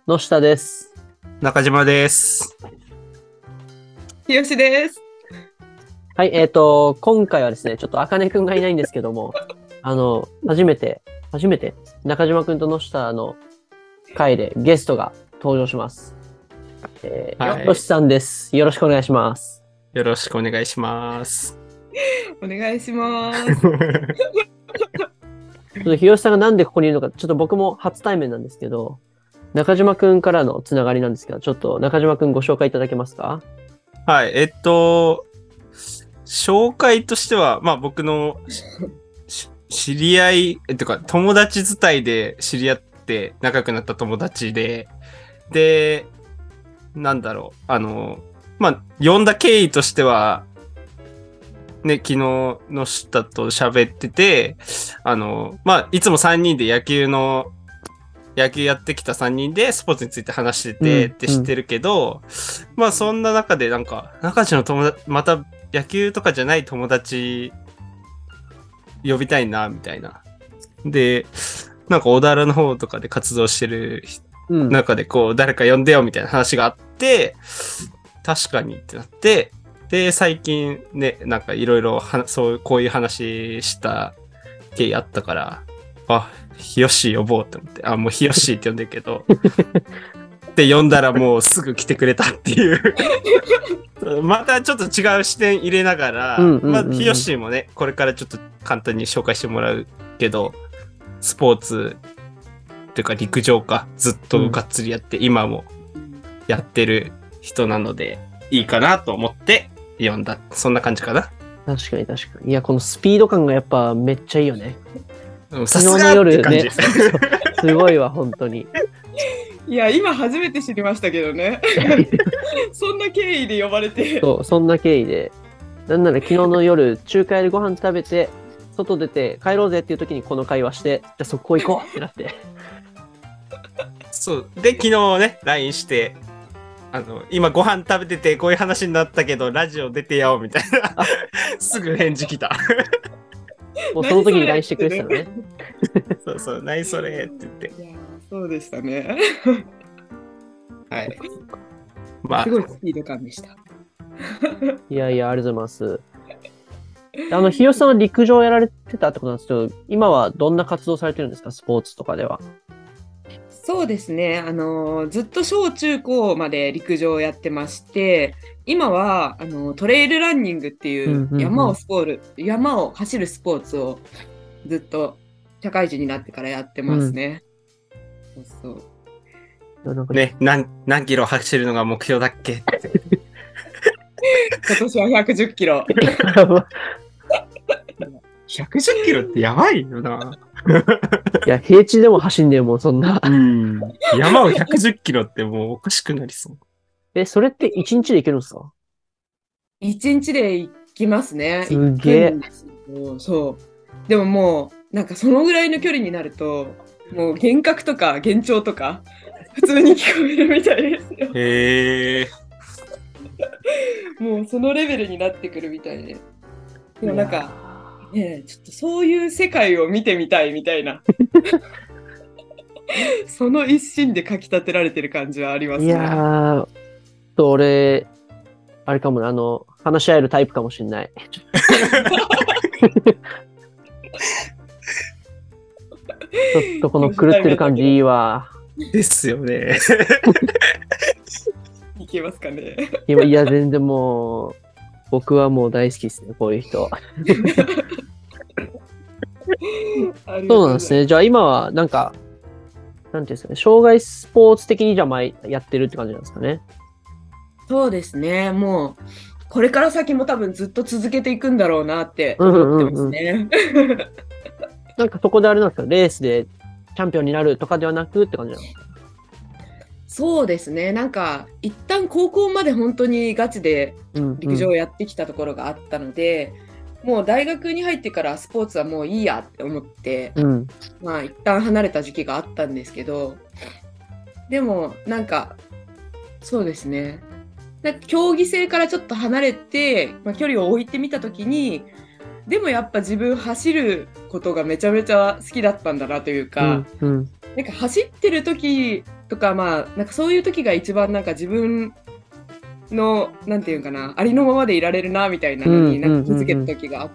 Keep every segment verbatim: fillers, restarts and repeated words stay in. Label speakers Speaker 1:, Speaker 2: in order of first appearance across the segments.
Speaker 1: 野下です。
Speaker 2: 中島です。
Speaker 3: ひよしです。
Speaker 1: はい、えっと、今回はですね、ちょっとあかねくんがいないんですけども、あの、初めて、初めて、中島くんと野下の回でゲストが登場します。えー、
Speaker 2: はい
Speaker 1: よしさんです。よろしくお願いします。
Speaker 2: よろしくお願いします。
Speaker 3: お願いします。ち
Speaker 1: ょっとひよしさんがなんでここにいるのか、ちょっと僕も初対面なんですけど、中島くんからのつながりなんですけど、ちょっと中島くんご紹介いただけますか？
Speaker 2: はい、えっと、紹介としては、まあ僕の知り合い、えっとか友達伝いで知り合って仲良くなった友達で、で、なんだろう、あの、まあ呼んだ経緯としては、ね、昨日の下と喋ってて、あの、まあいつもさんにんで野球の野球やってきたさんにんでスポーツについて話しててって知ってるけど、うんうん、まあそんな中でなんか中地の友達、また野球とかじゃない友達呼びたいなみたいな。で、なんか小田原の方とかで活動してる中でこう誰か呼んでよみたいな話があって、確かにってなって、で最近ねなんかいろいろそうこういう話した経緯あったから、あ、ひよし呼ぼうって思って、あ、もうひよしって呼んでるけど、って呼んだらもうすぐ来てくれたっていうまたちょっと違う視点入れながら、うんうんうんうん、まあひよしもね、これからちょっと簡単に紹介してもらうけど、スポーツっていうか陸上か、ずっとがっつりやって、うん、今もやってる人なので、いいかなと思って呼んだ。そんな感じかな。
Speaker 1: 確かに確かに。いや、このスピード感がやっぱめっちゃいいよね。
Speaker 2: さすがって感じ、ね、
Speaker 1: すごいわ本当に。
Speaker 3: いや今初めて知りましたけどねそんな経緯で呼ばれて。
Speaker 1: そう、そんな経緯で、なんなら昨日の夜中華屋でご飯食べて外出て帰ろうぜっていう時にこの会話して、じゃあ速攻行こうってなって
Speaker 2: そうで昨日ね ライン してあの今ご飯食べててこういう話になったけどラジオ出てよみたいなすぐ返事来た
Speaker 1: もうその時に ライン してくれてたのね。
Speaker 2: そうそう、何それって言って。
Speaker 3: いやそうでしたね。
Speaker 2: はい。
Speaker 3: まあ、すごいスピード感でした。
Speaker 1: いやいや、ありがとうございます。あの、ひよしさんは陸上やられてたってことなんですけど、今はどんな活動されてるんですか、スポーツとかでは。
Speaker 3: そうですね、あのずっと小中高まで陸上をやってまして、今はあのトレイルランニングっていう山をスポール、うんうんうん、山を走るスポーツをずっと社会人になってからやってますね。うん、そう
Speaker 2: そうね、何何キロ走るのが目標だっけって
Speaker 3: 今年はひゃくじゅっキロ
Speaker 2: ひゃくじゅっキロってやばいよな。
Speaker 1: いや、平地でも走んねえもん、そんな。
Speaker 2: うん。山をひゃくじゅっキロってもうおかしくなりそう。
Speaker 1: え、それっていちにちで行けるんですか？
Speaker 3: いちにちで行きますね。
Speaker 1: すげえ。
Speaker 3: そう。でももう、なんかそのぐらいの距離になると、もう幻覚とか幻聴とか、普通に聞こえるみたいですよ。
Speaker 2: へえ。
Speaker 3: もうそのレベルになってくるみたいで。でもなんか、ねえ、ちょっとそういう世界を見てみたいみたいなその一心でかき立てられてる感じはありますね。
Speaker 1: いやー、と俺あれかもね、あの話し合えるタイプかもしれないちょっとこの狂ってる感じいいわ。
Speaker 2: ですよね
Speaker 3: いけますかね。
Speaker 1: いや全然もう僕はもう大好きですね、こういう人そうなんですね。じゃあ今はなんか、なんていうんですかね、障害スポーツ的にじゃあ前やってるって感じなんですかね。
Speaker 3: そうですね。もうこれから先も多分ずっと続けていくんだろうなって思ってますね。
Speaker 1: なんかそこであれなんですか、レースでチャンピオンになるとかではなくって感じなんですか？
Speaker 3: そうですね。なんか一旦高校まで本当にガチで陸上をやってきたところがあったので、うんうん、もう大学に入ってからスポーツはもういいやって思って、うん、まあ一旦離れた時期があったんですけど、でもなんかそうですね。なんか競技性からちょっと離れて、まあ、距離を置いてみたときに、でもやっぱ自分走ることがめちゃめちゃ好きだったんだなというか、うんうん、なんか走ってる時とか、まあ、なんかそういう時が一番なんか自分の、なんていうかな、ありのままでいられるな、みたいなのになんか気づけた時があって、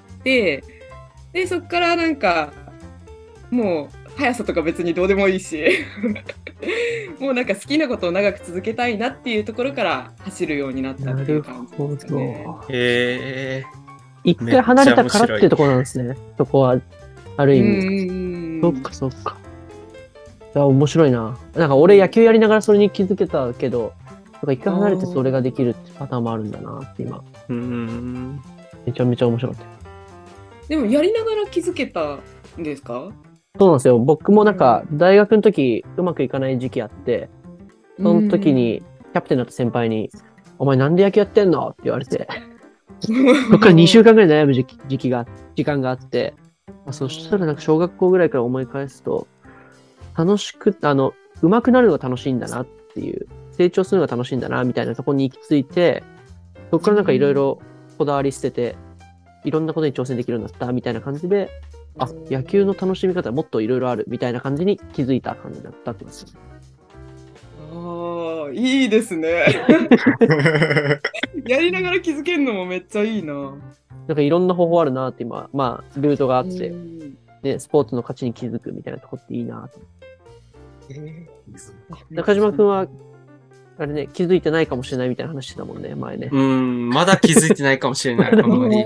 Speaker 3: で、そっからなんか、もう、速さとか別にどうでもいいし、もうなんか好きなことを長く続けたいなっていうところから走るようになったっていう感じですかね。
Speaker 2: へえ。
Speaker 1: 一回離れたからっていうところなんですね。そこは、ある意味。
Speaker 3: うん
Speaker 1: そっかそっか。いや、面白いな。なんか俺野球やりながらそれに気づけたけど、なんか一回離れてそれができるってパターンもあるんだなって今。
Speaker 2: うん。
Speaker 1: めちゃめちゃ面白かった。
Speaker 3: でもやりながら気づけたんですか？
Speaker 1: そうなんですよ。僕もなんか大学の時うまくいかない時期あって、その時にキャプテンだった先輩に、お前なんで野球やってんのって言われて、そっからにしゅうかんぐらい悩む時期時期が、時間があって、あ、そしたらなんか小学校ぐらいから思い返すと、楽しく、あの、上手くなるのが楽しいんだなっていう、成長するのが楽しいんだなみたいなところに行き着いて、そこからなんかいろいろこだわり捨てて、いろんなことに挑戦できるようになったみたいな感じで、あ、野球の楽しみ方もっといろいろあるみたいな感じに気づいた感じだったってことです。
Speaker 3: ああ、いいですね。やりながら気づけるのもめっちゃいいな。
Speaker 1: なんかいろんな方法あるなって今、まあ、ルートがあって、ね、スポーツの価値に気づくみたいなとこっていいなと。えー、中島くんは、あれね、気づいてないかもしれないみたいな話してたもんね、前ね。
Speaker 2: うん、まだ気づいてないかもしれない。あんまり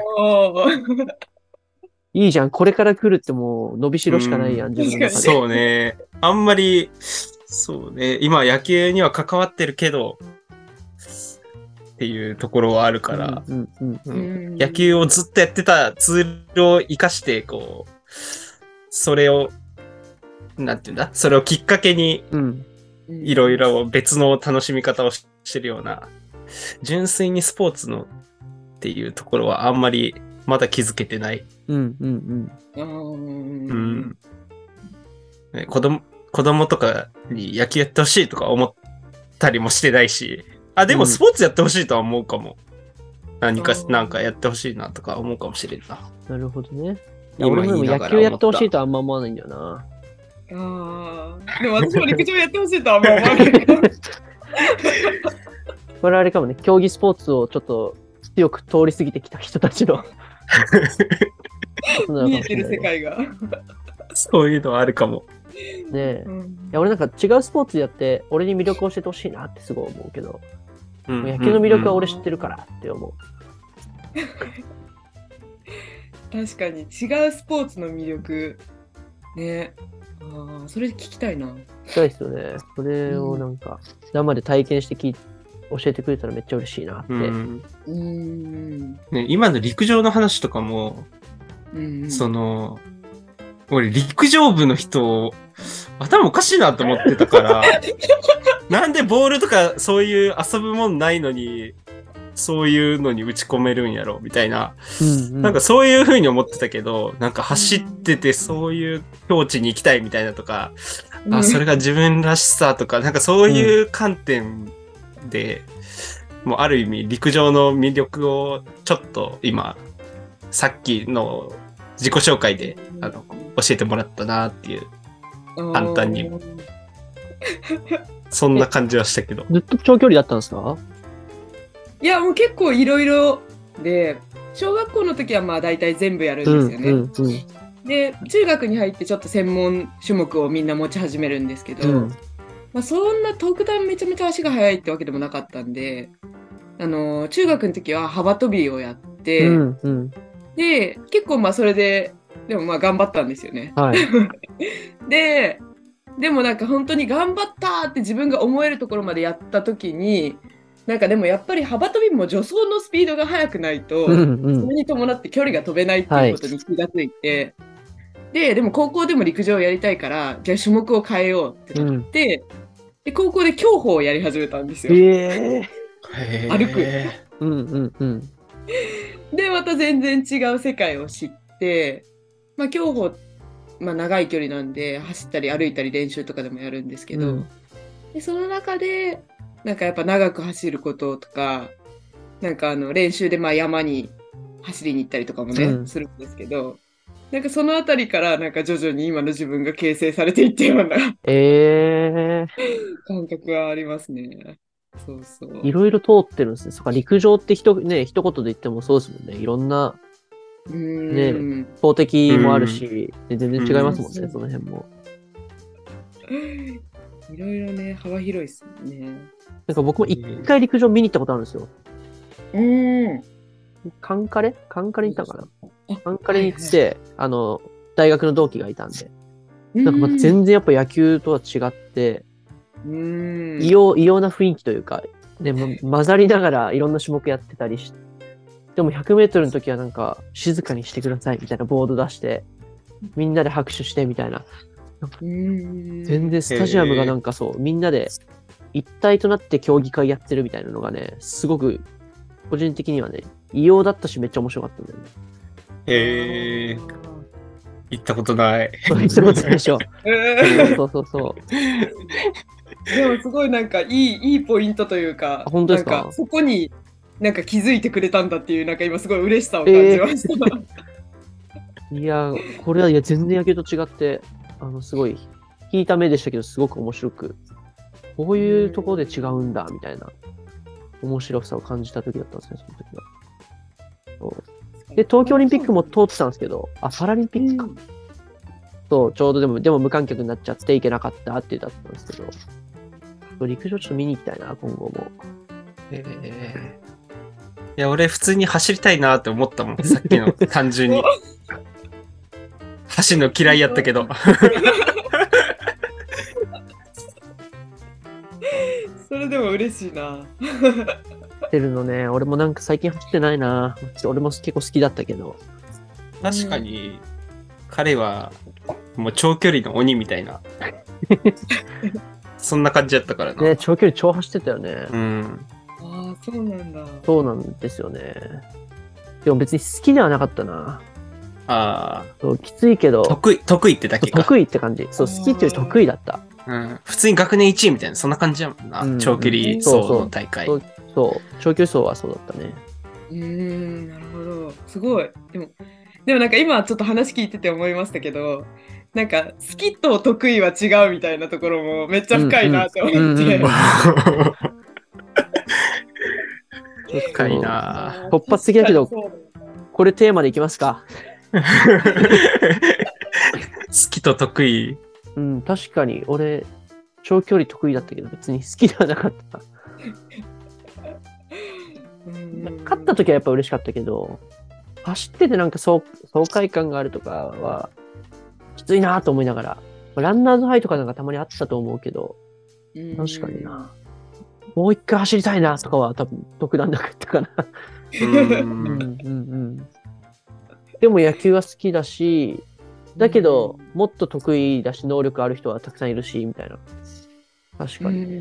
Speaker 1: いいじゃん、これから来るってもう伸びしろしかないやん、自分の中で。
Speaker 2: そうね。あんまり、そうね。今野球には関わってるけど、っていうところはあるから、野球をずっとやってたツールを活かして、こう、それを、なんていうんだ、それをきっかけに、いろいろ別の楽しみ方をしてるような、純粋にスポーツのっていうところはあんまりまだ気づけてない。
Speaker 1: うんうんうん。
Speaker 2: うんね、子供、子供とかに野球やってほしいとか思ったりもしてないし、あ、でもスポーツやってほしいとは思うかも。うん、何か、なんかやってほしいなとか思うかもしれんな。
Speaker 1: なるほどね。俺も野球やってほしいとはあんま思わないんだよな。
Speaker 3: ああ。でも私も陸上やってほしいとはあんま思わない。
Speaker 1: これあれかもね、競技スポーツをちょっと強く通り過ぎてきた人たちの
Speaker 3: 見えてる世界が。
Speaker 2: そういうのはあるかも。
Speaker 1: ねえ、うん、いや俺なんか違うスポーツやって俺に魅力を教えてほしいなってすごい思うけど、うん、野球の魅力は俺知ってるからって思う。
Speaker 3: 確かに違うスポーツの魅力ね、ああそれ聞きたいな。
Speaker 1: 聞きたいですよね。それをなんか、うん、生で体験して聞い教えてくれたらめっちゃ嬉しいなって。うん
Speaker 2: うんね、今の陸上の話とかも、うん、その俺陸上部の人頭おかしいなと思ってたからなんでボールとかそういう遊ぶもんないのにそういうのに打ち込めるんやろみたいな、うんうん、なんかそういう風に思ってたけど、なんか走っててそういう境地に行きたいみたいなとか、うん、あそれが自分らしさとかなんかそういう観点で、うん、もうある意味陸上の魅力をちょっと今さっきの自己紹介であの教えてもらったなっていう、簡単にそんな感じはしたけど。
Speaker 1: ずっと長距離だったんですか？
Speaker 3: いやもう結構いろいろで、小学校の時はまあ大体全部やるんですよね、うんうんうん、で中学に入ってちょっと専門種目をみんな持ち始めるんですけど、うんまあ、そんな特段めちゃめちゃ足が速いってわけでもなかったんで、あの中学の時は幅跳びをやって、うんうん、で結構まあそれででもまあ頑張ったんですよね、はい、ででもなんか本当に頑張ったって自分が思えるところまでやった時になんかでもやっぱり幅跳びも助走のスピードが速くないと、うんうん、それに伴って距離が飛べないっていうことに気がついて、はい、ででも高校でも陸上をやりたいからじゃあ種目を変えようってなって、うん、で高校で競歩をやり始めたんですよ、えー、歩く、うんうんうん、でまた全然違う世界を知って、まあ、競歩、まあ、長い距離なんで走ったり歩いたり練習とかでもやるんですけど、うん、でその中でなんかやっぱ長く走ることとか、なんかあの練習でまあ山に走りに行ったりとかもね、うん、するんですけど、 なんかそのあたりからなんか徐々に今の自分が形成されていったような
Speaker 1: えー、
Speaker 3: 感覚はありますね。そうそう。
Speaker 1: いろいろ通ってるんですね。そっか、陸上ってひと、ね、一言で言ってもそうですもんね。いろんな、
Speaker 3: うーん。
Speaker 1: 投擲もあるし、で全然違いますもんね、
Speaker 3: うん
Speaker 1: その辺も。
Speaker 3: いろいろね、幅広いですよね。
Speaker 1: なんか僕も一回陸上見に行ったことあるんですよ。
Speaker 3: うーん。
Speaker 1: カンカレカンカレに行ったのかな
Speaker 3: あ
Speaker 1: カンカレに行って、はいはい、あの、大学の同期がいたんで。
Speaker 3: うん
Speaker 1: なんかまた全然やっぱ野球とは違って、
Speaker 3: うーん
Speaker 1: 異様、異様な雰囲気というか、で、ま、混ざりながらいろんな種目やってたりして、でもひゃくメートルの時はなんか静かにしてくださいみたいなボード出して、みんなで拍手してみたいな。
Speaker 3: うん
Speaker 1: 全然スタジアムがなんかそう、みんなで一体となって競技会やってるみたいなのがね、すごく個人的にはね、異様だったしめっちゃ面白かったんだよね。
Speaker 2: へえー、行ったことない。
Speaker 1: 行ったことないでしょ。
Speaker 3: えー
Speaker 1: そうそうそう。
Speaker 3: でもすごいなんかいい、いいポイントというか、
Speaker 1: 本当ですか？
Speaker 3: なんかそこになんか気づいてくれたんだっていう、なんか今すごい嬉しさを感じました。
Speaker 1: えー、いや、これはいや全然野球と違って、あの、すごい、引いた目でしたけど、すごく面白く、こういうところで違うんだ、みたいな、面白さを感じた時だったんですね、その時は。そうで、東京オリンピックも通ってたんですけど、あ、パラリンピックか。うん、そう、ちょうどでも、でも無観客になっちゃって行けなかったっていうだったんですけど、陸上ちょっと見に行きたいな、今後も。
Speaker 2: えー、いや、俺普通に走りたいなって思ったもん、さっきの単純に。走るの嫌いやったけど。
Speaker 3: それでも嬉しいな。
Speaker 1: 走ってるのね、俺もなんか最近走ってないな。俺も結構好きだったけど。
Speaker 2: 確かに、彼はもう長距離の鬼みたいな。そんな感じだったからな。
Speaker 1: ね、長距離超走ってたよね。
Speaker 2: うん。
Speaker 3: ああ、そうなんだ。
Speaker 1: そうなんですよね。でも別に好きではなかったな。
Speaker 2: ああ。
Speaker 1: そうきついけど。
Speaker 2: 得意、得意ってだけか。
Speaker 1: 得意って感じ。そう、好きっていうより得意だった。
Speaker 2: うん。普通に学年いちいみたいな、そんな感じやもんな。うん、長距離走の大会。
Speaker 1: そうそう、そう、長距離走はそうだったね。
Speaker 3: うーん、なるほど。すごい。でも、でもなんか今ちょっと話聞いてて思いましたけど、なんか好きと得意は違うみたいなところもめっちゃ深いなって思って。
Speaker 2: 深いな。
Speaker 1: 突発的だけど、これテーマでいきますか。
Speaker 2: 好きと得意。
Speaker 1: うん、確かに俺長距離得意だったけど別に好きではなかった。勝った時はやっぱ嬉しかったけど、走っててなんか爽快感があるとかはきついなと思いながら、ランナーズハイとかなんかたまにあったと思うけど、確かにな。もう一回走りたいなとかは多分特段なかったかな。うんうんうん、でも野球は好きだし、だけどもっと得意だし能力ある人はたくさんいるしみたいな。確かにね。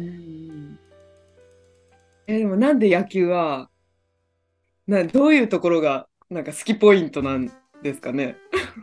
Speaker 3: え、でもなんで野球はなどういうところがなんか好きポイントなんですかね。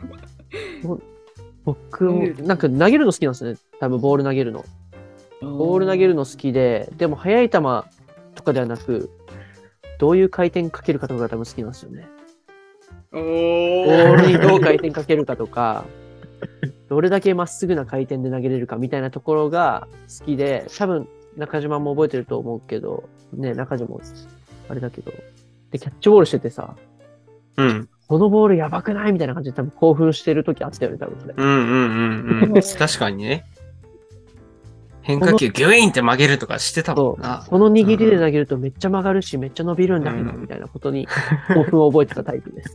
Speaker 1: 僕もなんか投げるの好きなんですね。多分ボール投げるの。ボール投げるの好きで、でも速い球とかではなく、どういう回転かけるかとかが多分好きなんですよね。
Speaker 3: お
Speaker 1: ボールにどう回転かけるかとか、どれだけまっすぐな回転で投げれるかみたいなところが好きで、多分中島も覚えてると思うけど、ね、中島もあれだけど、で、キャッチボールしててさ、
Speaker 2: うん。
Speaker 1: このボールやばくないみたいな感じで多分興奮してる時あったよね、多分それ。
Speaker 2: うんうんうんうん。確かにね。変化球ギュイーンって曲げるとかしてたもんな。
Speaker 1: この握りで投げるとめっちゃ曲がるし、めっちゃ伸びるんだけど、みたいなことに興奮を覚えてたタイプです。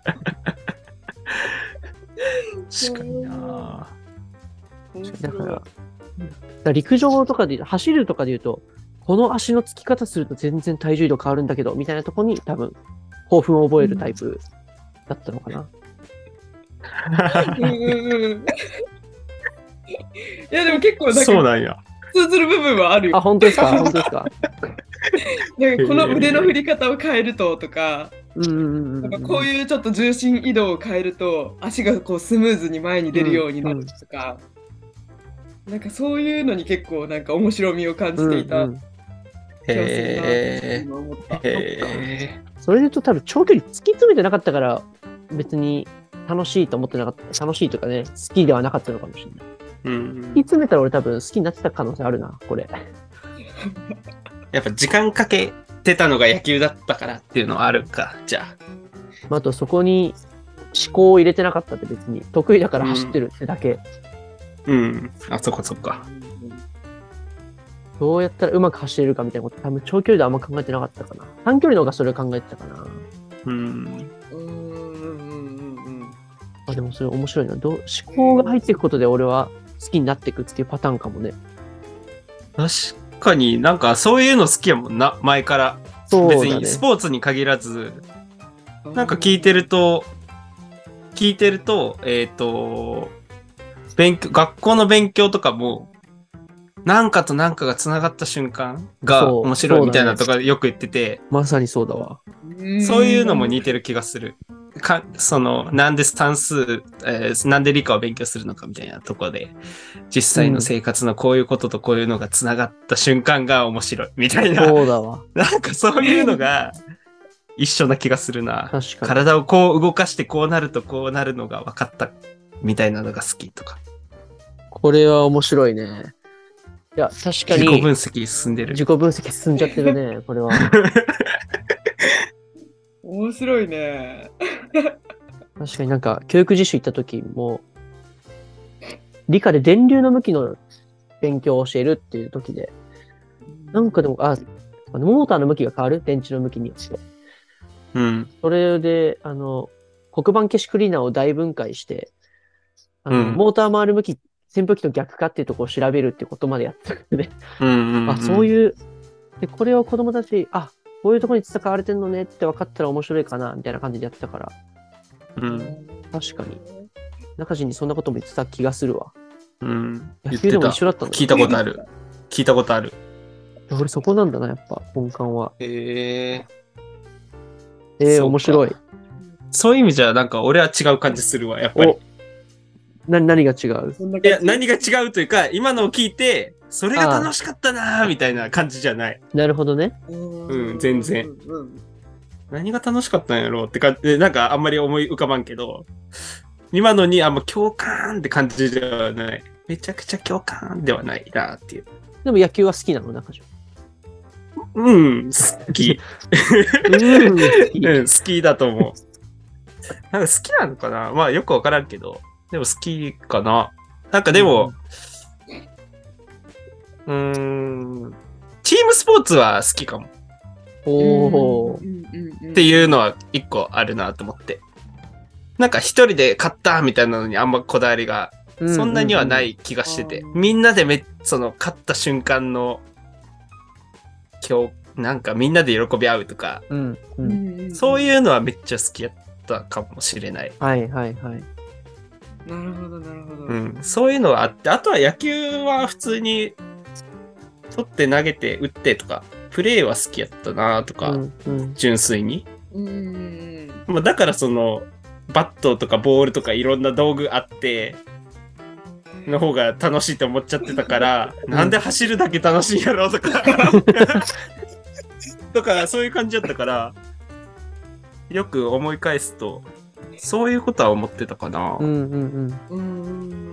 Speaker 2: 確かにな。
Speaker 1: だから、から陸上とかで、走るとかで言うと、この足のつき方すると全然体重移動変わるんだけど、みたいなとこに多分、興奮を覚えるタイプだったのかな。
Speaker 3: うんうんうんいやでも結構なんか
Speaker 2: そうなんや。
Speaker 3: 通ずる部分はあるよ。
Speaker 1: あ、本当ですか本当ですか
Speaker 3: なんかこの腕の振り方を変えるととか、
Speaker 1: うんうんうん、
Speaker 3: なんかこういうちょっと重心移動を変えると足がこうスムーズに前に出るようになるとか、うんうん、なんかそういうのに結構なんか面白みを感じていた。うんうん、
Speaker 2: へー。
Speaker 1: それで言うと多分長距離突き詰めてなかったから別に楽しいと思ってなかった。楽しいとかね、好きではなかったのかもしれない。
Speaker 2: うん。
Speaker 1: 突き詰めたら俺多分好きになってた可能性あるな、これ。
Speaker 2: やっぱ時間かけてたのが野球だったからっていうのはあるか、じゃあ。
Speaker 1: あとそこに思考を入れてなかったって別に得意だから走ってるってだけ。
Speaker 2: うん。あ、そっかそっか。
Speaker 1: どうやったらうまく走れるかみたいなこと多分長距離であんま考えてなかったかな。短距離の方がそれを考えてたかな。
Speaker 2: うん。
Speaker 3: うんうんうんうん
Speaker 1: あ、でもそれ面白いな。どう思考が入っていくことで俺は好きになっていくっていうパターンかもね。
Speaker 2: 確かになんかそういうの好きやもんな、前から。
Speaker 1: そうだね。
Speaker 2: 別にスポーツに限らず、なんか聞いてると、聞いてると、えっと、勉強、学校の勉強とかも、なんかとなんかが繋がった瞬間が面白いみたいなとかよく言ってて、
Speaker 1: まさにそうだわ。
Speaker 2: そういうのも似てる気がする。かその、なんで算数、えーなんで理科を勉強するのかみたいなところで、実際の生活のこういうこととこういうのが繋がった瞬間が面白いみたいな。
Speaker 1: そうだわ。
Speaker 2: なんかそういうのが一緒な気がするな。
Speaker 1: 確かに。
Speaker 2: 体をこう動かしてこうなるとこうなるのが分かったみたいなのが好きとか。
Speaker 1: これは面白いね。いや、確かに。
Speaker 2: 自己分析進んでる。
Speaker 1: 自己分析進んじゃってるね、これは。
Speaker 3: 面白いね。
Speaker 1: 確かになんか、教育実習行った時も、理科で電流の向きの勉強を教えるっていう時で、なんかでも、あ、モーターの向きが変わる電池の向きによって。
Speaker 2: うん。
Speaker 1: それで、あの、黒板消しクリーナーを大分解して、あの、
Speaker 2: うん
Speaker 1: モーター回る向き、扇風機と逆かっていうところを調べるってことまでやってたんで、ね、
Speaker 2: うんうんうん、
Speaker 1: あ、そういう、で、これを子供たち、あ、こういうところに使われてんのねって分かったら面白いかな、みたいな感じでやってたから、
Speaker 2: うん。
Speaker 1: 確かに。中地にそんなことも言ってた気がするわ。
Speaker 2: うん。
Speaker 1: 野球でも一緒だったの？
Speaker 2: 聞いたことある。聞いたことある。
Speaker 1: 俺そこなんだな、やっぱ、根幹は。
Speaker 2: へえ。
Speaker 1: えー、面白い。
Speaker 2: そういう意味じゃ、なんか俺は違う感じするわ、やっぱり。
Speaker 1: な、何が違う？
Speaker 2: いや、何が違うというか、今のを聞いて、それが楽しかったなーみたいな感じじゃない。
Speaker 1: なるほどね。
Speaker 2: うん、全然。何が楽しかったんやろうって感じで、なんかあんまり思い浮かばんけど、今のにあんま共感って感じではない。めちゃくちゃ共感ではないなっていう。
Speaker 1: でも野球は好きなの、中条。
Speaker 2: うん、好き。
Speaker 1: うん、好き。
Speaker 2: うん、好きだと思う。なんか好きなのかな、まあよくわからんけど、でも好きかな。なんかでも、うーん、チームスポーツは好きかも。
Speaker 1: おー。
Speaker 2: っていうのは一個あるなと思って。なんか一人で勝ったみたいなのにあんまこだわりがそんなにはない気がしてて、みんなでめその勝った瞬間の今日なんかみんなで喜び合うとか、
Speaker 1: うんうん、
Speaker 2: そういうのはめっちゃ好きやったかもしれない。
Speaker 1: はいはいはい。
Speaker 3: なるほどなるほど。
Speaker 2: うん、そういうのはあって、あとは野球は普通に取って投げて打ってとか、プレーは好きやったなとか、うんうん、純粋に。うん、まあだからそのバットとかボールとかいろんな道具あっての方が楽しいと思っちゃってたから、うん、なんで走るだけ楽しいんやろうとかとかそういう感じだったから、よく思い返すとそういうことは思ってたかな。うんうんうん。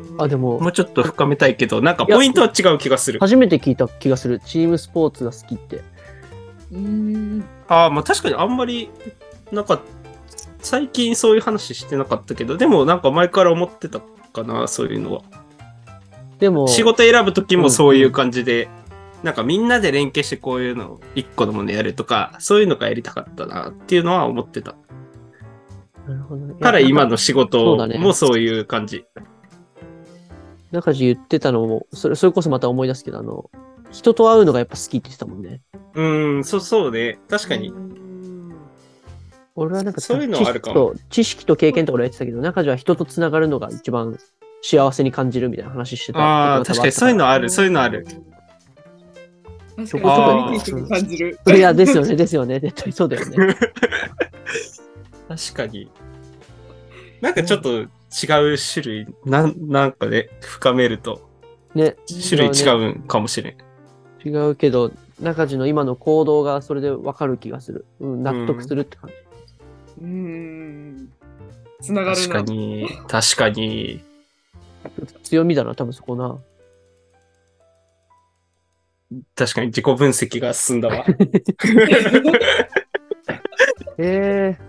Speaker 2: あ、でももうちょっと深めたいけど、なんかポイントは違う気がする。
Speaker 1: 初めて聞いた気がする。チームスポーツが好きって。
Speaker 3: うーん。
Speaker 2: ああ、まあ確かにあんまりなんか最近そういう話してなかったけど、でもなんか前から思ってたかな、そういうのは。
Speaker 1: でも
Speaker 2: 仕事選ぶときもそういう感じで、うんうん、なんかみんなで連携してこういうのを一個のものやるとか、そういうのがやりたかったなっていうのは思ってた。
Speaker 1: なるほどね。
Speaker 2: から今の仕事もそういう感じ。
Speaker 1: 中地言ってたのも、それ、それこそまた思い出すけど、あの、人と会うのがやっぱ好きって言ってたもんね。
Speaker 2: うーん、そうそうね。確かに。
Speaker 1: 俺はなんか
Speaker 2: そういうのはあるかも。
Speaker 1: 知識と経験とか言ってたけど、中地は人とつながるのが一番幸せに感じるみたいな話してた。
Speaker 2: ああ、確かにそういうのある、そういうのある。
Speaker 3: 確かにそう感じる。
Speaker 1: いや、ですよね、ですよね。絶対そうだよね。
Speaker 2: 確かに。なんかちょっと違う種類、なんなんかね、深めると、ね、種類違うんかもしれん。
Speaker 1: 違うけど、中地の今の行動がそれで分かる気がする。うん、納得するって感じ。
Speaker 3: うん。 つながるな。
Speaker 2: 確かに、確かに。
Speaker 1: 強みだな、多分そこな。
Speaker 2: 確かに自己分析が進んだわ。
Speaker 1: え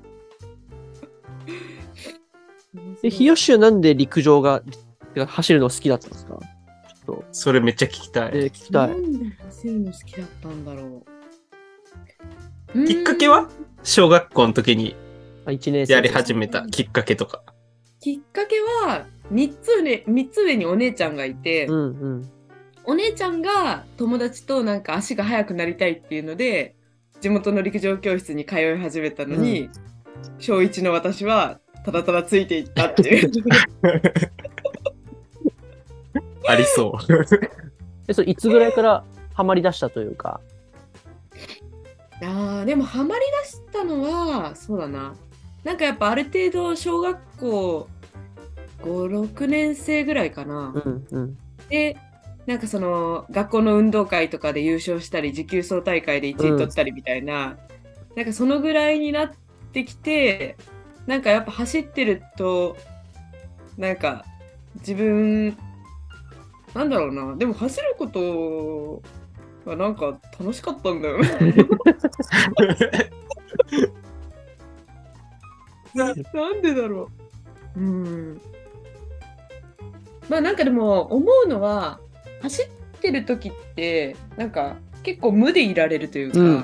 Speaker 1: ー、で、日吉はなんで陸上が、てか走るの好きだったんですか？ちょっと、
Speaker 2: それめっちゃ聞きたい。
Speaker 1: えー聞きた。
Speaker 3: ないんで走るの好きだったんだろう。
Speaker 2: きっかけは小学校の時に
Speaker 1: あ、一年生。
Speaker 2: やり始めたきっかけとか。
Speaker 3: きっかけはみっつ上、三つ上にお姉ちゃんがいて、
Speaker 1: うんうん。
Speaker 3: お姉ちゃんが友達となんか足が速くなりたいっていうので地元の陸上教室に通い始めたのに、うん、小いちの私はただただついていったっていう
Speaker 2: ありそう
Speaker 1: え、それいつぐらいからハマり出したというか。
Speaker 3: あでもハマり出したのはそうだな、なんかやっぱある程度小学校ご、ろくねん生ぐらいかな、
Speaker 1: うんうん、で
Speaker 3: なんかその学校の運動会とかで優勝したり持久走大会でいちい取ったりみたいな、うん、なんかそのぐらいになってきて、なんかやっぱ走ってるとなんか自分なんだろうな、でも走ることがなんか楽しかったんだよねな, なんでだろう。うんまあなんかでも思うのは走ってる時ってなんか結構無でいられるというか、うんうんうん、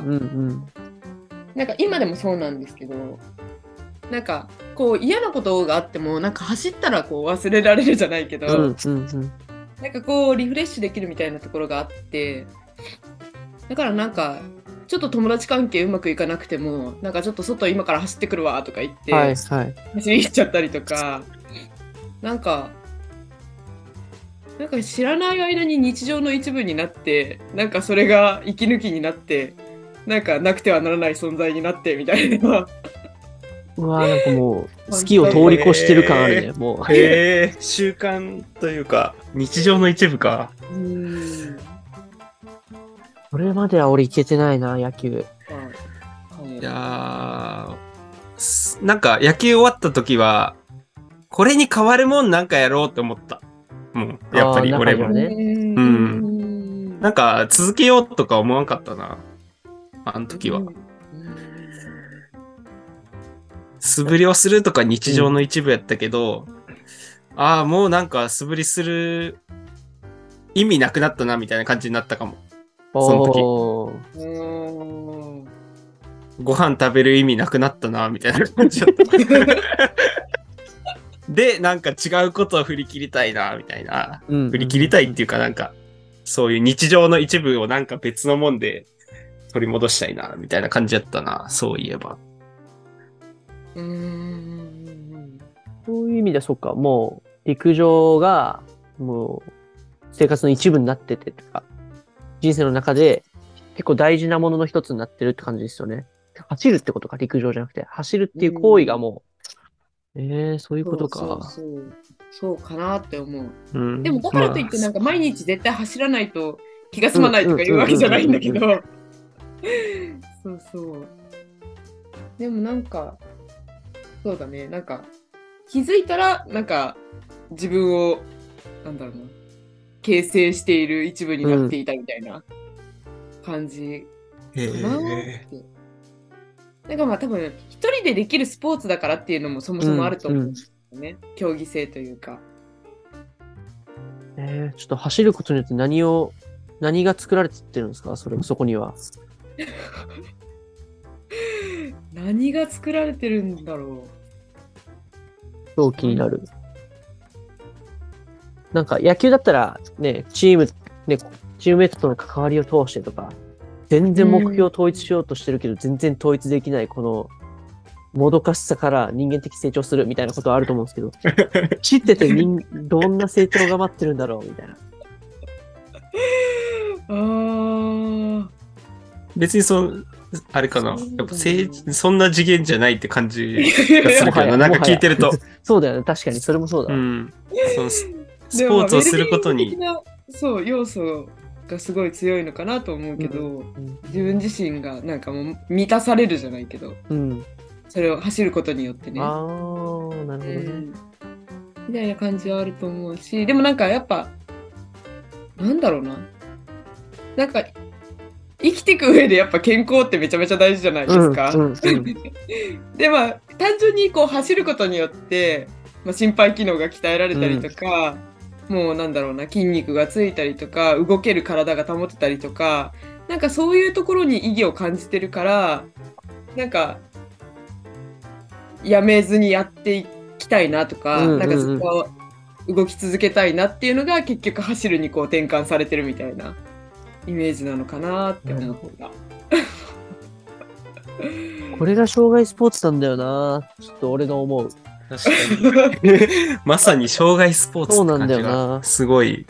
Speaker 3: なんか今でもそうなんですけど、なんかこう嫌なことがあってもなんか走ったらこう忘れられるじゃないけど、うんうんうん、なんかこうリフレッシュできるみたいなところがあって、だからなんかちょっと友達関係うまくいかなくてもなんかちょっと外今から走ってくるわとか言って、はいはい、走り行っちゃったりとか、なんかなんか知らない間に日常の一部になって、なんかそれが息抜きになって、なんかなくてはならない存在になってみたいな。
Speaker 1: うわーなんかもう好きを通り越してる感あるね。えー、もう。
Speaker 2: へえー、習慣というか日常の一部か。う
Speaker 1: ーん。これまでは俺行けてないな野球。
Speaker 2: いやーなんか野球終わった時はこれに変わるもんなんかやろうって思った。もうやっぱり俺も、ね、うん、なんか続けようとか思わんかったなあの時は。素振りをするとか日常の一部やったけど、うん、ああもうなんか素振りする意味なくなったなみたいな感じになったかも。その時ご飯食べる意味なくなったなみたいな感じだったで、なんか違うことを振り切りたいな、みたいな、うんうんうん。振り切りたいっていうかなんか、そういう日常の一部をなんか別のもんで取り戻したいな、みたいな感じだったな、そういえば。
Speaker 1: うーん。そういう意味ではそっか、もう陸上がもう生活の一部になっててとか、人生の中で結構大事なものの一つになってるって感じですよね。走るってことか、陸上じゃなくて。走るっていう行為がもう、えー、そういうことか。
Speaker 3: そうそうそう。そうかなって思う。うん、でもだからといってなんか毎日絶対走らないと気が済まないとかいうわけじゃないんだけど。そうそう。でもなんか、そうだね。なんか気づいたらなんか自分をなんだろうな、形成している一部になっていたみたいな感じかなって。うんなんかまあ多分一人でできるスポーツだからっていうのもそもそもあると思うんですよね、うんうん、競技性というか。
Speaker 1: えー、ちょっと走ることによって何を何が作られてってるんですか？それそこには
Speaker 3: 何が作られてるんだろう。
Speaker 1: 超気になる、うん、なんか野球だったらねチームねチームメイトとの関わりを通してとか全然目標を統一しようとしてるけど、うん、全然統一できないこのもどかしさから人間的成長するみたいなことはあると思うんですけど知ってて人どんな成長が待ってるんだろうみたいな。
Speaker 2: あ別にそあれかな、やっぱせそんな次元じゃないって感じがするけどなんか聞いてると
Speaker 1: そうだよね、確かにそれもそうだ、うん、
Speaker 2: そのスポーツをすることに
Speaker 3: そう要素がすごい強いのかなと思うけど、うんうん、自分自身がなんかもう満たされるじゃないけど、うん、それを走ることによってね。あ
Speaker 1: なるほどね。
Speaker 3: うん、みたいな感じはあると思うし、でもなんかやっぱ、なんだろうな。なんか、生きていく上でやっぱ健康ってめちゃめちゃ大事じゃないですか。
Speaker 1: うんうんうん、
Speaker 3: で、まあ、単純にこう走ることによって、まあ、心肺機能が鍛えられたりとか、うん、もうなんだろうな、筋肉がついたりとか、動ける体が保てたりとか、なんかそういうところに意義を感じてるから、なんか、やめずにやっていきたいなとか、うんうんうん、なんかずっと動き続けたいなっていうのが結局走るにこう転換されてるみたいなイメージなのかなって思った。
Speaker 1: これが障害スポーツなんだよな、ちょっと俺の思う。
Speaker 2: 確かに。まさに障害スポーツって感じがすごい。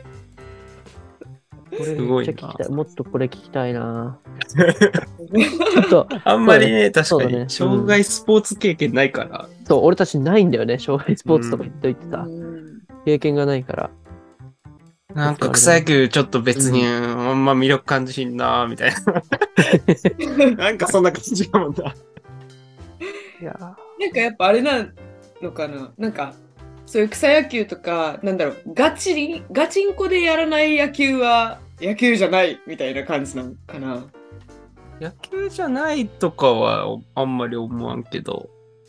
Speaker 1: これめっちゃ聞きたい。もっとこれ聞きたいな。ちょっと
Speaker 2: あんまりね、確かに、
Speaker 1: ね、
Speaker 2: 障害スポーツ経験ないから。
Speaker 1: そう、俺たちないんだよね、障害スポーツとか言っといてさ。経験がないから。
Speaker 2: なんか草野球ちょっと別に、うん、あんま魅力感じひんなみたいな。なんかそんな感じかもな。
Speaker 3: いやなんかやっぱあれなのかな、なんかそういう草野球とか、なんだろう、ガチガチンコでやらない野球は野球じゃないみたいな感じなのかな。
Speaker 2: 野球じゃないとかはあんまり思わんけど。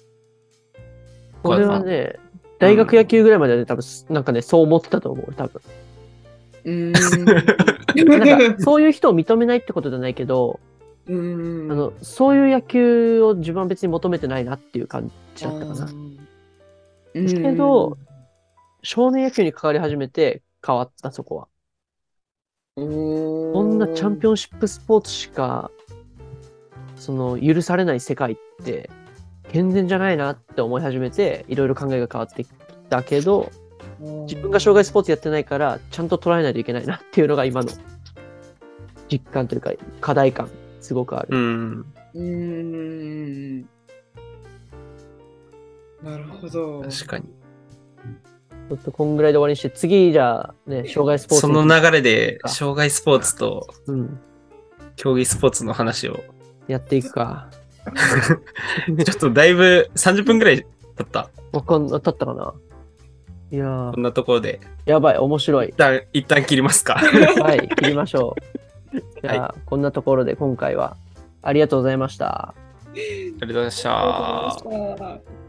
Speaker 1: 俺はね、大学野球ぐらいまでで多分なんかね、そう思ってたと思う、多分。うーんなんかそういう人を認めないってことじゃないけど、うーんあのそういう野球を自分は別に求めてないなっていう感じだったかな。けど、少年野球に関わり始めて変わった、そこは。こんなチャンピオンシップスポーツしかその許されない世界って健全じゃないなって思い始めて、いろいろ考えが変わってきたけど、自分が障害スポーツやってないからちゃんと捉えないといけないなっていうのが今の実感というか課題感すごくある。
Speaker 2: うん
Speaker 3: うーんなるほど。
Speaker 2: 確かに。
Speaker 1: ちょっとこんぐらいで終わりにして、次じゃあね、障害スポーツ。
Speaker 2: その流れで、障害スポーツと、競技スポーツの話を。
Speaker 1: やっていくか。
Speaker 2: ちょっとだいぶさんじゅっぷんぐらい経った。
Speaker 1: わかんな、経ったかな。いやー。
Speaker 2: こんなところで。
Speaker 1: やばい、面白い。
Speaker 2: 一旦、一旦切りますか。
Speaker 1: はい、切りましょう。じゃあ、はい、こんなところで今回はありがとうございました。
Speaker 2: ありがとうございました。